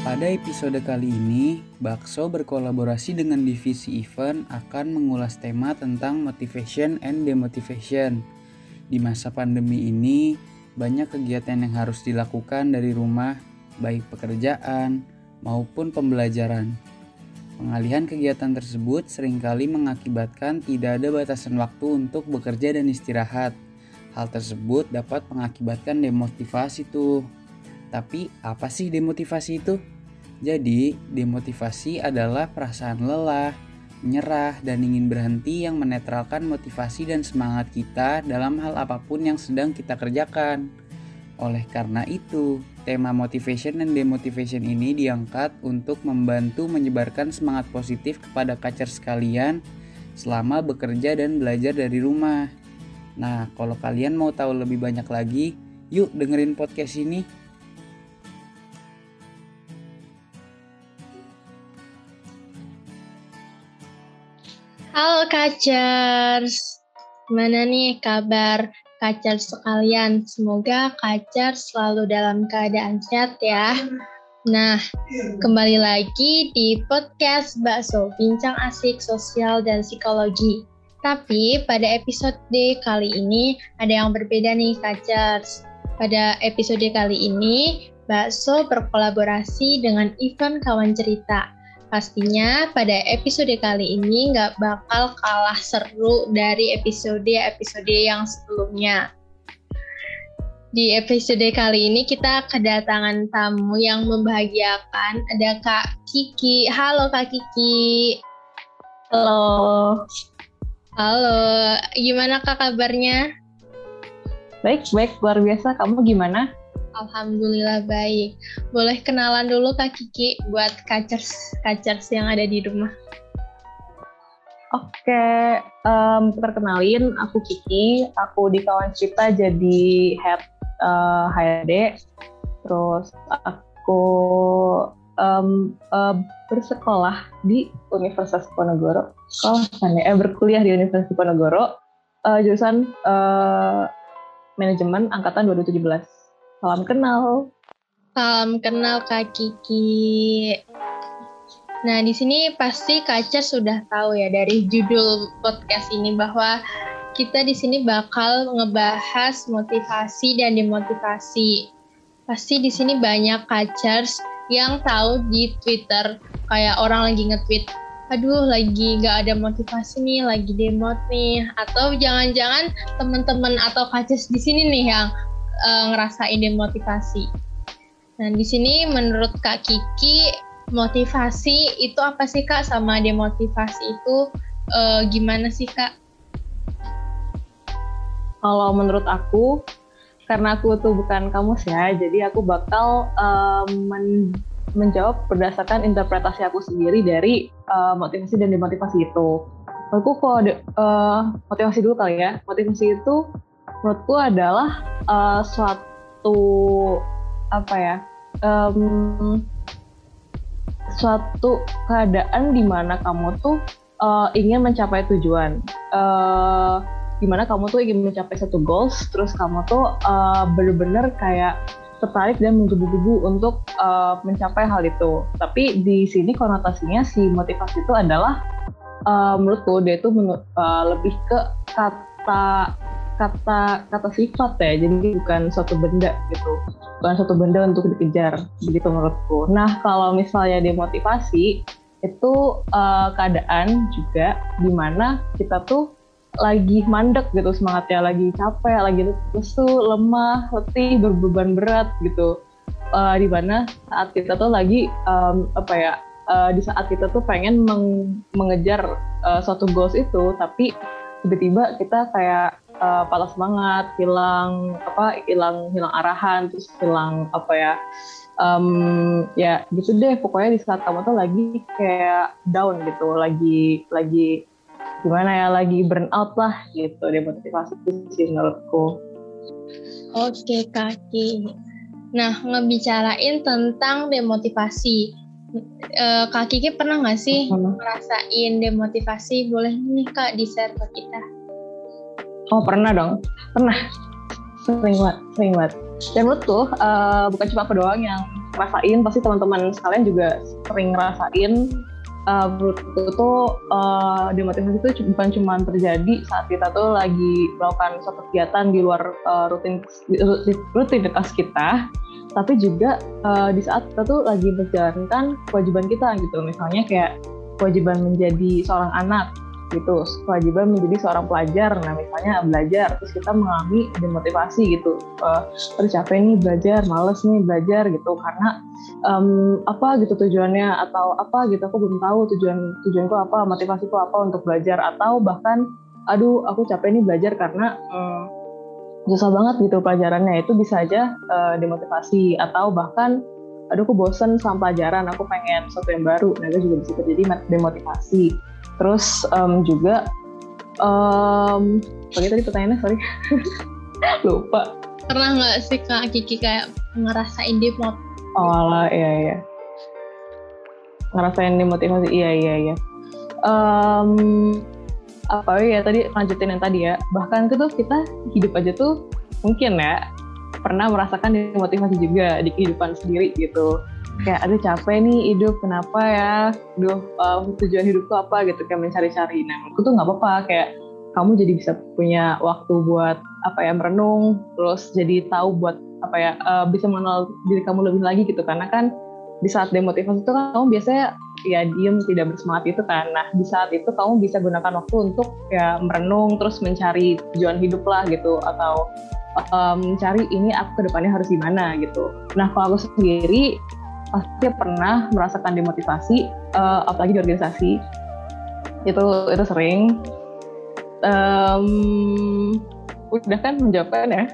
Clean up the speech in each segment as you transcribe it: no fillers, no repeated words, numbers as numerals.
Pada episode kali ini, Bakso berkolaborasi dengan divisi event akan mengulas tema tentang motivation and demotivation. Di masa pandemi ini, banyak kegiatan yang harus dilakukan dari rumah, baik pekerjaan maupun pembelajaran. Pengalihan kegiatan tersebut seringkali mengakibatkan tidak ada batasan waktu untuk bekerja dan istirahat. Hal tersebut dapat mengakibatkan demotivasi tuh. Tapi apa sih demotivasi itu? Jadi, demotivasi adalah perasaan lelah, menyerah, dan ingin berhenti yang menetralkan motivasi dan semangat kita dalam hal apapun yang sedang kita kerjakan. Oleh karena itu, tema motivation dan demotivation ini diangkat untuk membantu menyebarkan semangat positif kepada kacer sekalian selama bekerja dan belajar dari rumah. Nah, kalau kalian mau tahu lebih banyak lagi, yuk dengerin podcast ini. Halo Kacers, gimana nih kabar Kacers sekalian? Semoga Kacers selalu dalam keadaan sehat ya. Nah, kembali lagi di podcast Bakso, bincang asik sosial dan psikologi. Tapi pada episode kali ini ada yang berbeda nih Kacers. Pada episode kali ini, Bakso berkolaborasi dengan event kawan cerita. Pastinya pada episode kali ini nggak bakal kalah seru dari episode-episode yang sebelumnya. Di episode kali ini kita kedatangan tamu yang membahagiakan. Ada Kak Kiki. Halo Kak Kiki. Halo. Halo, gimana Kak kabarnya? Baik, luar biasa. Kamu gimana? Alhamdulillah baik. Boleh kenalan dulu Kak Kiki buat kacers yang ada di rumah. Oke, perkenalin aku Kiki. Aku di kawan cerita jadi head HRD. Terus aku bersekolah di Universitas Diponegoro. Berkuliah di Universitas Diponegoro. Jurusan manajemen angkatan 2017. Salam kenal. Salam kenal Kak Kiki. Nah, di sini pasti Kacer sudah tahu ya dari judul podcast ini bahwa kita di sini bakal ngebahas motivasi dan demotivasi. Pasti di sini banyak Kacers yang tahu di Twitter kayak orang lagi nge-tweet, aduh lagi gak ada motivasi nih, lagi demot nih, atau jangan-jangan teman-teman atau Kacers di sini nih yang ngerasain demotivasi. Nah, di sini menurut Kak Kiki, motivasi itu apa sih Kak, sama demotivasi itu gimana sih Kak? Kalau menurut aku, karena aku tuh bukan kamus ya, jadi aku bakal menjawab berdasarkan interpretasi aku sendiri dari motivasi dan demotivasi itu. Aku motivasi dulu kali ya. Motivasi itu menurutku adalah suatu suatu keadaan di mana kamu tuh ingin mencapai tujuan, di mana kamu tuh ingin mencapai satu goals, terus kamu tuh benar-benar kayak tertarik dan menggebu-gebu untuk mencapai hal itu. Tapi di sini konotasinya si motivasi itu adalah menurutku dia itu lebih ke kata sifat ya, jadi bukan suatu benda gitu, bukan suatu benda untuk dikejar, begitu menurutku. Nah, kalau misalnya demotivasi itu keadaan juga di mana kita tuh lagi mandek gitu semangatnya, lagi capek, lagi lesu, lemah, letih, berbeban berat gitu, di mana saat kita tuh lagi di saat kita tuh pengen mengejar suatu goals itu, tapi tiba-tiba kita kayak patah semangat, hilang arahan, terus hilang ya gitu deh. Pokoknya di saat kamu tuh lagi kayak down gitu, lagi gimana ya, lagi burn out lah gitu. Demotivasi itu sih menurutku. Oke Kaki. Nah, ngebicarain tentang demotivasi, Kak Kiki pernah nggak sih ngerasain demotivasi? Boleh nih Kak di-share ke kita. Oh, pernah dong. Pernah. Sering banget. Dan menurutku bukan cuma aku doang yang rasain, pasti teman-teman sekalian juga sering ngerasain. Menurutku tuh demotivasi itu bukan cuma terjadi saat kita tuh lagi melakukan suatu kegiatan di luar rutinitas kita, tapi juga di saat kita tuh lagi menjalankan kewajiban kita gitu. Misalnya kayak kewajiban menjadi seorang anak gitu, kewajiban menjadi seorang pelajar. Nah misalnya belajar, terus kita mengalami demotivasi gitu, terus capek nih belajar, males nih belajar gitu, karena apa gitu tujuannya, atau apa gitu aku belum tahu tujuanku apa, motivasiku apa untuk belajar, atau bahkan aduh aku capek nih belajar karena susah banget gitu pelajarannya. Itu bisa aja demotivasi. Atau bahkan aduh aku bosen sama pelajaran, aku pengen sesuatu yang baru. Nah itu juga bisa terjadi demotivasi. Terus juga bagaimana tadi pertanyaannya, sorry lupa. Pernah nggak sih Kak Kiki kayak ngerasain demotivasi? Oh lah, iya ngerasain demotivasi, iya. Apa ya tadi, lanjutin yang tadi ya, bahkan tuh kita hidup aja tuh mungkin ya pernah merasakan demotivasi juga di kehidupan sendiri gitu. Kayak aduh capek nih hidup, kenapa ya, tujuan hidupku apa gitu, kayak mencari-cari. Nah menurutku tuh nggak apa-apa, kayak kamu jadi bisa punya waktu buat merenung, terus jadi tahu buat bisa mengenal diri kamu lebih lagi gitu. Karena kan di saat demotivasi itu kan kamu biasanya ya diem, tidak bersemangat itu kan. Nah di saat itu kamu bisa gunakan waktu untuk ya merenung, terus mencari tujuan hidup lah gitu, atau mencari ini aku kedepannya harus gimana gitu. Nah kalau aku sendiri pasti pernah merasakan demotivasi, apalagi di organisasi itu sering. Udah kan menjawabkan ya.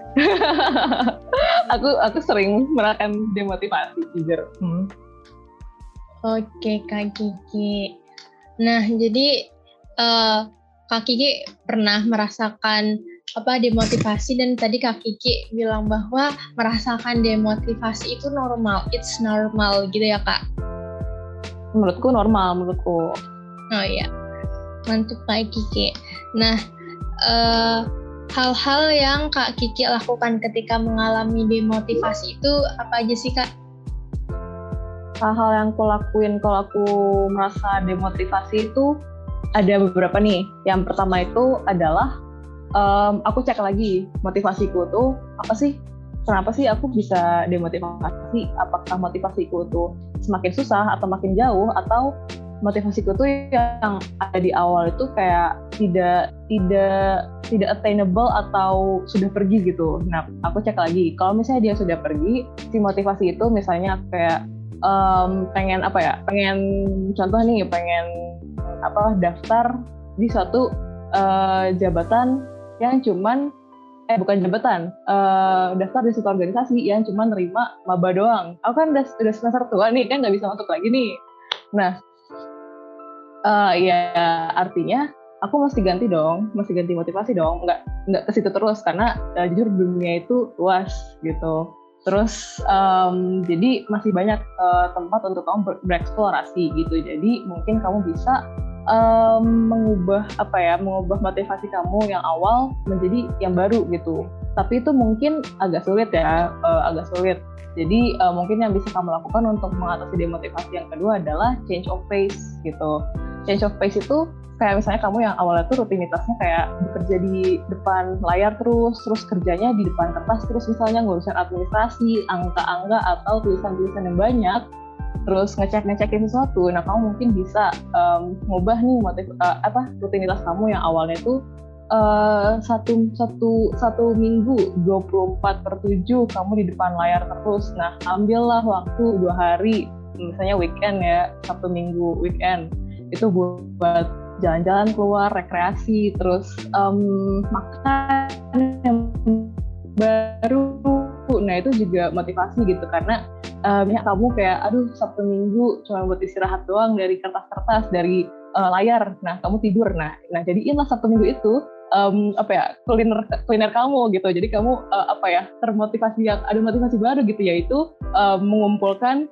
aku sering merasakan demotivasi jujur. Oke Kak Kiki. Nah jadi Kak Kiki pernah merasakan demotivasi, dan tadi Kak Kiki bilang bahwa merasakan demotivasi itu normal, it's normal gitu ya Kak? Menurutku normal, menurutku. Oh iya, mantap Kak Kiki. Nah, hal-hal yang Kak Kiki lakukan ketika mengalami demotivasi itu apa aja sih Kak? Hal-hal yang aku lakuin kalau aku merasa demotivasi itu ada beberapa nih. Yang pertama itu adalah aku cek lagi motivasiku tuh apa sih, kenapa sih aku bisa demotivasi, apakah motivasiku tuh semakin susah atau makin jauh, atau motivasiku tuh yang ada di awal itu kayak tidak attainable atau sudah pergi gitu. Nah aku cek lagi, kalau misalnya dia sudah pergi, si motivasi itu misalnya kayak pengen contoh nih, pengen daftar di suatu jabatan yang cuman bukan jabatan, daftar di suatu organisasi yang cuman nerima maba doang. Aku kan udah semester tua nih, kan nggak bisa masuk lagi nih. Nah, ya artinya aku mesti ganti motivasi dong, nggak ke situ terus, karena jujur dunia itu luas gitu. Terus jadi masih banyak tempat untuk kamu bereksplorasi gitu. Jadi mungkin kamu bisa mengubah motivasi kamu yang awal menjadi yang baru gitu. Tapi itu mungkin agak sulit ya, Jadi mungkin yang bisa kamu lakukan untuk mengatasi demotivasi yang kedua adalah change of pace gitu. Change of pace itu kayak misalnya kamu yang awalnya tuh rutinitasnya kayak bekerja di depan layar terus kerjanya di depan kertas terus, misalnya ngurusin administrasi, angka-angka atau tulisan-tulisan yang banyak, terus ngecekin sesuatu. Nah kamu mungkin bisa ngubah nih rutinitas kamu yang awalnya itu satu minggu 24/7 kamu di depan layar terus. Nah ambillah waktu 2 hari, misalnya weekend ya, Sabtu Minggu weekend itu buat jalan-jalan keluar, rekreasi, terus makan yang baru. Nah itu juga motivasi gitu, karena kamu kayak aduh Sabtu Minggu cuma buat istirahat doang dari kertas-kertas, dari layar. Nah kamu tidur. Nah jadiinlah Sabtu Minggu itu kuliner kamu gitu. Jadi kamu termotivasi, yang ada motivasi baru gitu, yaitu mengumpulkan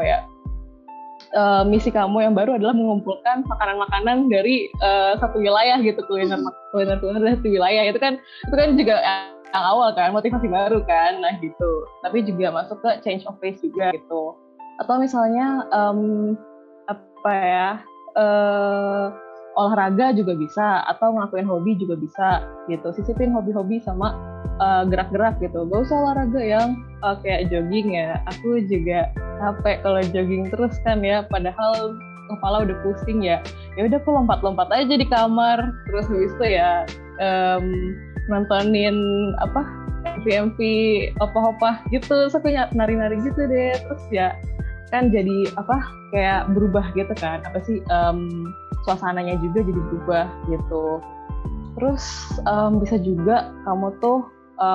misi kamu yang baru adalah mengumpulkan makanan-makanan dari satu wilayah gitu, kuliner dari satu wilayah. Itu kan juga yang awal kan, motivasi baru kan. Nah gitu. Tapi juga masuk ke change of pace juga gitu. Atau misalnya olahraga juga bisa, atau ngelakuin hobi juga bisa gitu. Sisipin hobi-hobi sama gerak-gerak gitu. Gak usah olahraga yang kayak jogging ya. Aku juga capek kalau jogging terus kan ya, padahal kepala udah pusing ya. Ya udah aku lompat-lompat aja di kamar, terus habis itu ya nontonin MV opah-opah gitu, terus aku nari-nari gitu deh, terus ya kan jadi kayak berubah gitu kan, suasananya juga jadi berubah gitu. Terus bisa juga kamu tuh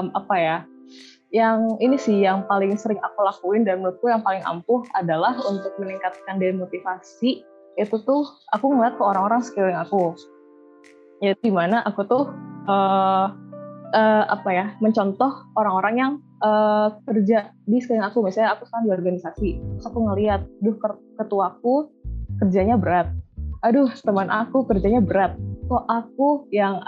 yang ini sih yang paling sering aku lakuin dan menurutku yang paling ampuh adalah untuk meningkatkan demotivasi. Itu tuh aku ngeliat ke orang-orang sekeliling aku, ya dimana aku tuh mencontoh orang-orang yang kerja di sekeliling aku. Misalnya aku sekarang di organisasi, terus aku ngeliat, ketuaku kerjanya berat, teman aku kerjanya berat, kok aku yang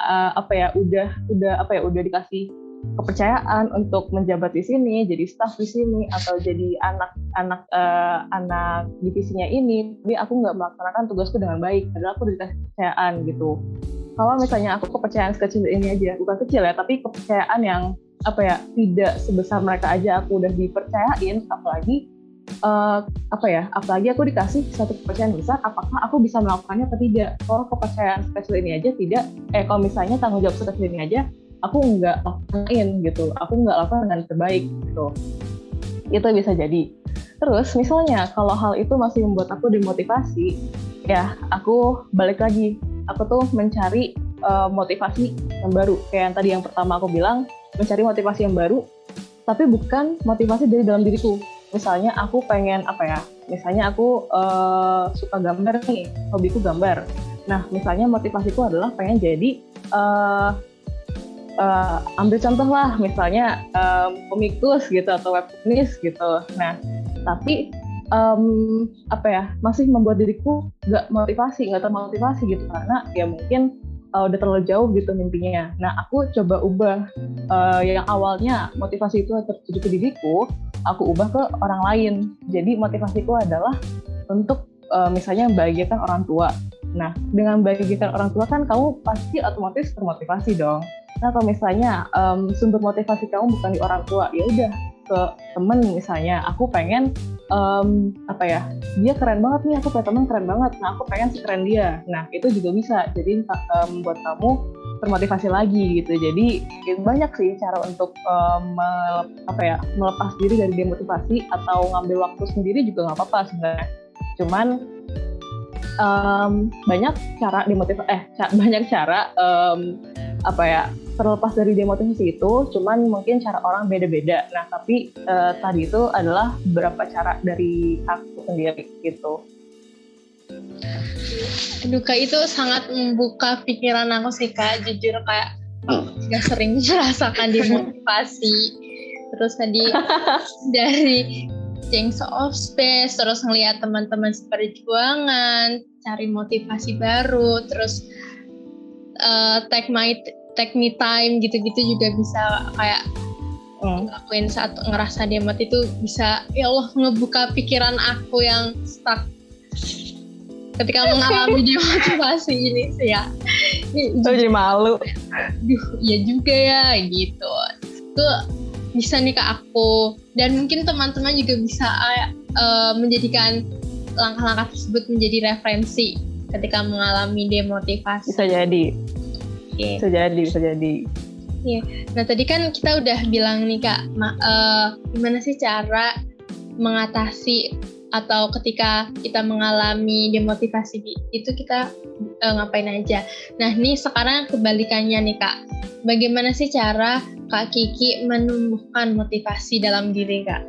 udah dikasih kepercayaan untuk menjabat di sini, jadi staf di sini, atau jadi anak divisinya ini, tapi aku nggak melaksanakan tugasku dengan baik, padahal aku dikasih kepercayaan gitu. Kalau misalnya aku kepercayaan sekecil ini aja, bukan kecil ya, tapi kepercayaan yang tidak sebesar mereka aja aku udah dipercayain, apalagi aku dikasih satu kepercayaan besar, apakah aku bisa melakukannya atau tidak? Kalau kepercayaan sekecil ini aja tidak, kalau misalnya tanggung jawab sekecil ini aja aku nggak lakuin gitu, aku nggak lakukan dengan terbaik gitu, itu bisa jadi. Terus misalnya kalau hal itu masih membuat aku demotivasi, ya aku balik lagi, aku tuh mencari motivasi yang baru, kayak yang tadi yang pertama aku bilang, mencari motivasi yang baru, tapi bukan motivasi dari dalam diriku. Misalnya aku pengen misalnya aku suka gambar nih, hobiku gambar. Nah misalnya motivasiku adalah pengen jadi ambil contoh lah, misalnya komikus gitu atau webtoonist gitu. Nah tapi masih membuat diriku nggak termotivasi gitu, karena ya mungkin udah terlalu jauh gitu mimpinya. Nah aku coba ubah yang awalnya motivasi itu tertuju ke diriku, aku ubah ke orang lain. Jadi motivasiku adalah untuk misalnya membahagiakan orang tua. Nah dengan membahagiakan orang tua kan kamu pasti otomatis termotivasi dong. Nah kalau misalnya sumber motivasi kamu bukan di orang tua, ya udah ke temen misalnya, aku pengen dia keren banget nih, aku punya temen keren banget, nah aku pengen sekeren dia. Nah itu juga bisa jadi membuat kamu termotivasi lagi gitu. Jadi banyak sih cara untuk melepas diri dari demotivasi, atau ngambil waktu sendiri juga nggak apa-apa sebenarnya. Cuman banyak cara terlepas dari demotivasi itu, cuman mungkin cara orang beda-beda. Nah tapi tadi itu adalah beberapa cara dari aku sendiri gitu. Aduh Kak, itu sangat membuka pikiran aku sih Kak, jujur kayak gak sering merasakan demotivasi. Terus tadi dari Change of Space, terus ngeliat teman-teman seperjuangan, cari motivasi baru, terus take me time gitu-gitu juga bisa kayak ngelakuin saat ngerasa demot itu bisa, ya Allah, ngebuka pikiran aku yang stuck ketika mengalami demotivasi ini sih ya. Jadi malu. Ya juga ya gitu. Itu bisa nih ke aku, dan mungkin teman-teman juga bisa menjadikan langkah-langkah tersebut menjadi referensi ketika mengalami demotivasi. Bisa jadi. Okay. Bisa jadi. Yeah. Nah tadi kan kita udah bilang nih Kak, gimana sih cara mengatasi atau ketika kita mengalami demotivasi itu kita ngapain aja. Nah nih sekarang kebalikannya nih Kak, bagaimana sih cara Kak Kiki menumbuhkan motivasi dalam diri Kak?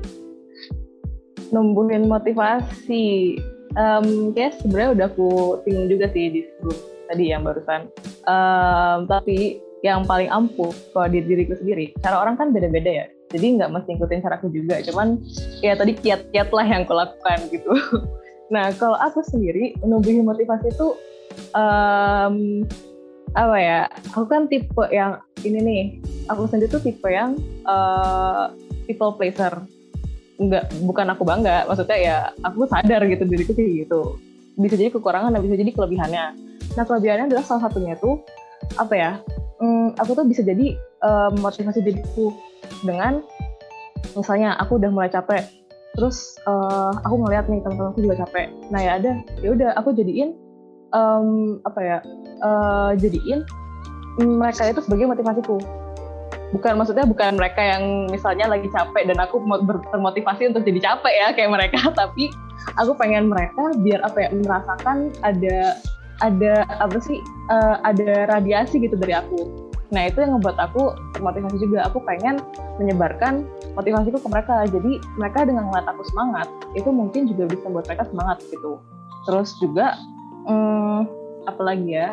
Numbuhin motivasi, kayak sebenarnya udah aku singgung juga sih di tadi yang barusan. Tapi yang paling ampuh kalau di diriku sendiri, cara orang kan beda-beda ya, jadi nggak mesti ngikutin caraku juga, cuman kayak tadi kiat-kiat lah yang aku lakukan gitu. Nah kalau aku sendiri menumbuhin motivasi itu aku kan tipe yang ini nih, aku sendiri tuh tipe yang people pleaser. bukan aku bangga, maksudnya ya aku sadar gitu diriku kayak gitu. Bisa jadi kekurangan dan bisa jadi kelebihannya. Nah kelebihannya adalah salah satunya tuh apa ya, aku tuh bisa jadi motivasi diriku dengan misalnya aku udah mulai capek, terus aku ngeliat nih teman-temanku juga capek. Nah ya udah aku jadiin jadiin mereka itu sebagai motivasiku. Maksudnya bukan mereka yang misalnya lagi capek dan aku termotivasi untuk jadi capek ya kayak mereka, tapi aku pengen mereka biar merasakan ada radiasi gitu dari aku. Nah itu yang ngebuat aku termotivasi juga. Aku pengen menyebarkan motivasiku ke mereka. Jadi mereka dengan ngeliat aku semangat, itu mungkin juga bisa buat mereka semangat gitu. Terus juga apalagi ya,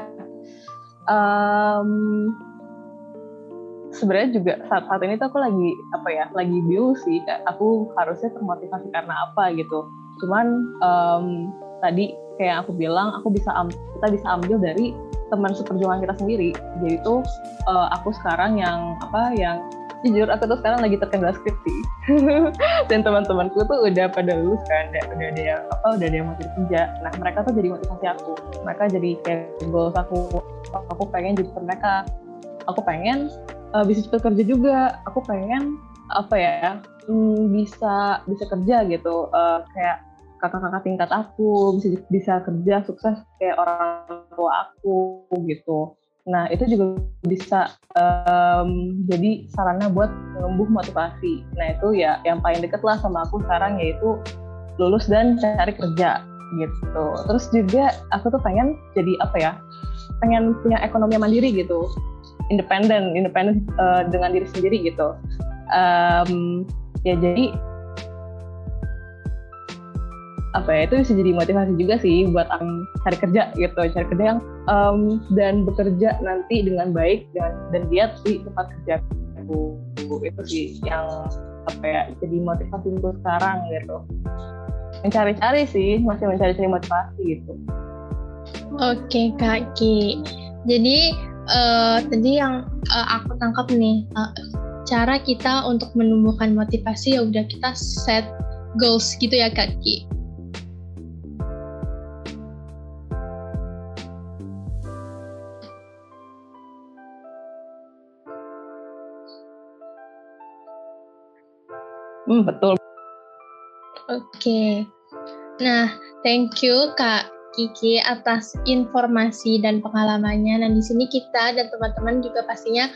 sebenarnya juga saat ini tuh aku lagi bingung sih, aku harusnya termotivasi karena apa gitu. Cuman tadi kayak aku bilang, kita bisa ambil dari teman seperjuangan kita sendiri. Jadi tuh aku sekarang yang jujur aku tuh sekarang lagi terkendala skripsi dan teman-temanku tuh udah pada lulus kan, udah ada yang mau kerja. Nah mereka tuh jadi motivasi aku, mereka jadi kayak goals aku pengen jadi mereka, aku pengen bisa cepat kerja juga, aku pengen bisa kerja gitu, kayak kakak-kakak tingkat aku bisa kerja sukses kayak orang tua aku gitu. Nah itu juga bisa jadi sarana buat menumbuh motivasi. Nah itu ya yang paling deket lah sama aku sekarang, yaitu lulus dan cari kerja gitu. Terus juga aku tuh pengen jadi pengen punya ekonomi mandiri gitu, independen dengan diri sendiri gitu. Ya jadi itu bisa jadi motivasi juga sih buat cari kerja gitu, cari kerja yang dan bekerja nanti dengan baik dan giat di tempat kerja aku. Itu sih yang jadi motivasi untuk sekarang gitu. Mencari-cari sih, masih mencari-cari motivasi gitu. Oke Kak Ki, jadi tadi yang aku tangkap nih, cara kita untuk menumbuhkan motivasi ya udah kita set goals gitu ya Kak Ki. Betul. Oke. Nah, thank you Kak Kiki atas informasi dan pengalamannya. Nah, di sini kita dan teman-teman juga pastinya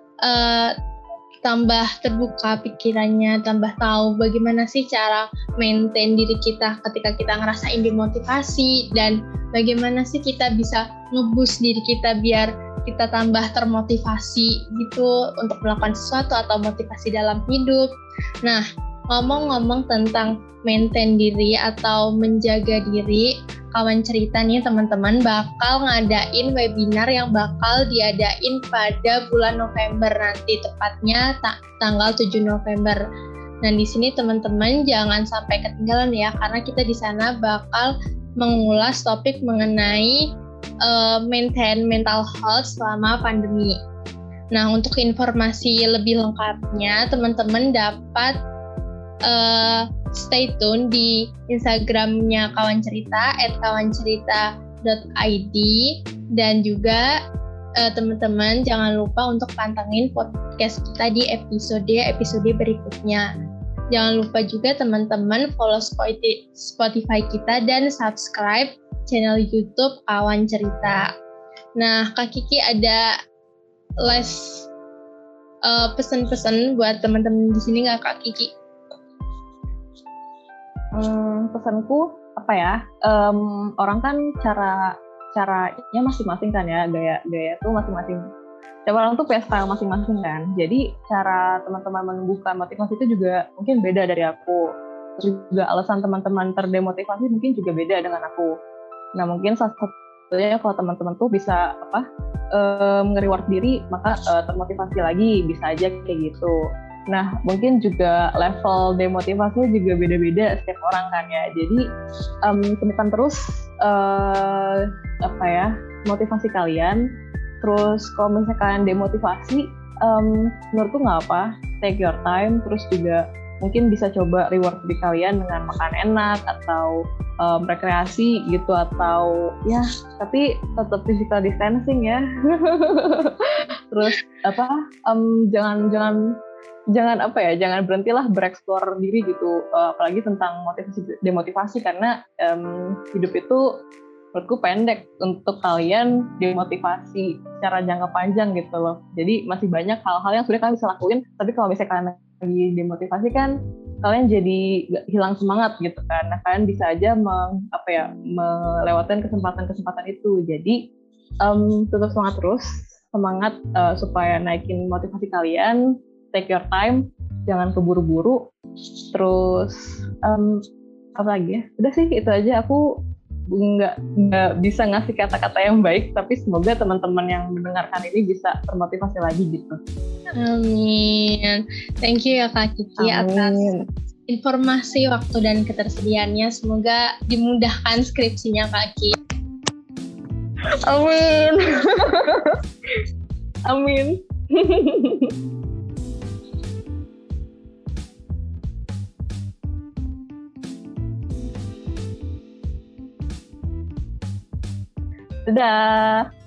tambah terbuka pikirannya, tambah tahu bagaimana sih cara maintain diri kita ketika kita ngerasain demotivasi, dan bagaimana sih kita bisa nge-boost diri kita biar kita tambah termotivasi gitu untuk melakukan sesuatu atau motivasi dalam hidup. Nah, ngomong-ngomong tentang maintain diri atau menjaga diri, Kawan Cerita nih teman-teman bakal ngadain webinar yang bakal diadain pada bulan November nanti, tepatnya tanggal 7 November. Nah, di sini teman-teman jangan sampai ketinggalan ya, karena kita di sana bakal mengulas topik mengenai maintain mental health selama pandemi. Nah, untuk informasi lebih lengkapnya teman-teman dapat stay tune di Instagramnya Kawan Cerita @kawancerita.id, dan juga teman-teman jangan lupa untuk pantengin podcast kita di episode berikutnya. Jangan lupa juga teman-teman follow Spotify kita dan subscribe channel YouTube Kawan Cerita. Nah, Kak Kiki ada last pesan-pesan buat teman-teman di sini nggak Kak Kiki? Pesanku orang kan caranya masing-masing kan ya, gaya tuh masing-masing. Setiap orang tuh punya style masing-masing kan. Jadi cara teman-teman menumbuhkan motivasi itu juga mungkin beda dari aku. Terus juga alasan teman-teman terdemotivasi mungkin juga beda dengan aku. Nah mungkin salah satunya kalau teman-teman tuh bisa nge-reward diri, maka termotivasi lagi, bisa aja kayak gitu. Nah, mungkin juga level demotivasinya juga beda-beda setiap orang kan ya. Jadi temukan terus motivasi kalian. Terus kalau misalnya kalian demotivasi, menurutku nggak apa, take your time. Terus juga mungkin bisa coba reward diri kalian dengan makan enak atau rekreasi gitu, atau ya tapi tetap physical distancing ya. Terus jangan berhentilah bereksplor diri gitu, apalagi tentang motivasi demotivasi, karena hidup itu menurutku pendek untuk kalian demotivasi secara jangka panjang gitu loh. Jadi masih banyak hal-hal yang sebenarnya kalian bisa lakuin, tapi kalau misalnya kalian lagi demotivasi kan kalian jadi hilang semangat gitu kan. Nah, kalian bisa aja melewatkan kesempatan-kesempatan itu. Jadi tetap semangat supaya naikin motivasi kalian. Take your time, jangan keburu-buru. Terus apa lagi ya? Udah sih itu aja. Aku nggak bisa ngasih kata-kata yang baik, tapi semoga teman-teman yang mendengarkan ini bisa termotivasi lagi gitu. Amin. Thank you ya Kak Kiki atas informasi, waktu, dan ketersediaannya. Semoga dimudahkan skripsinya Kak Kiki. Amin. Amin. Dadah.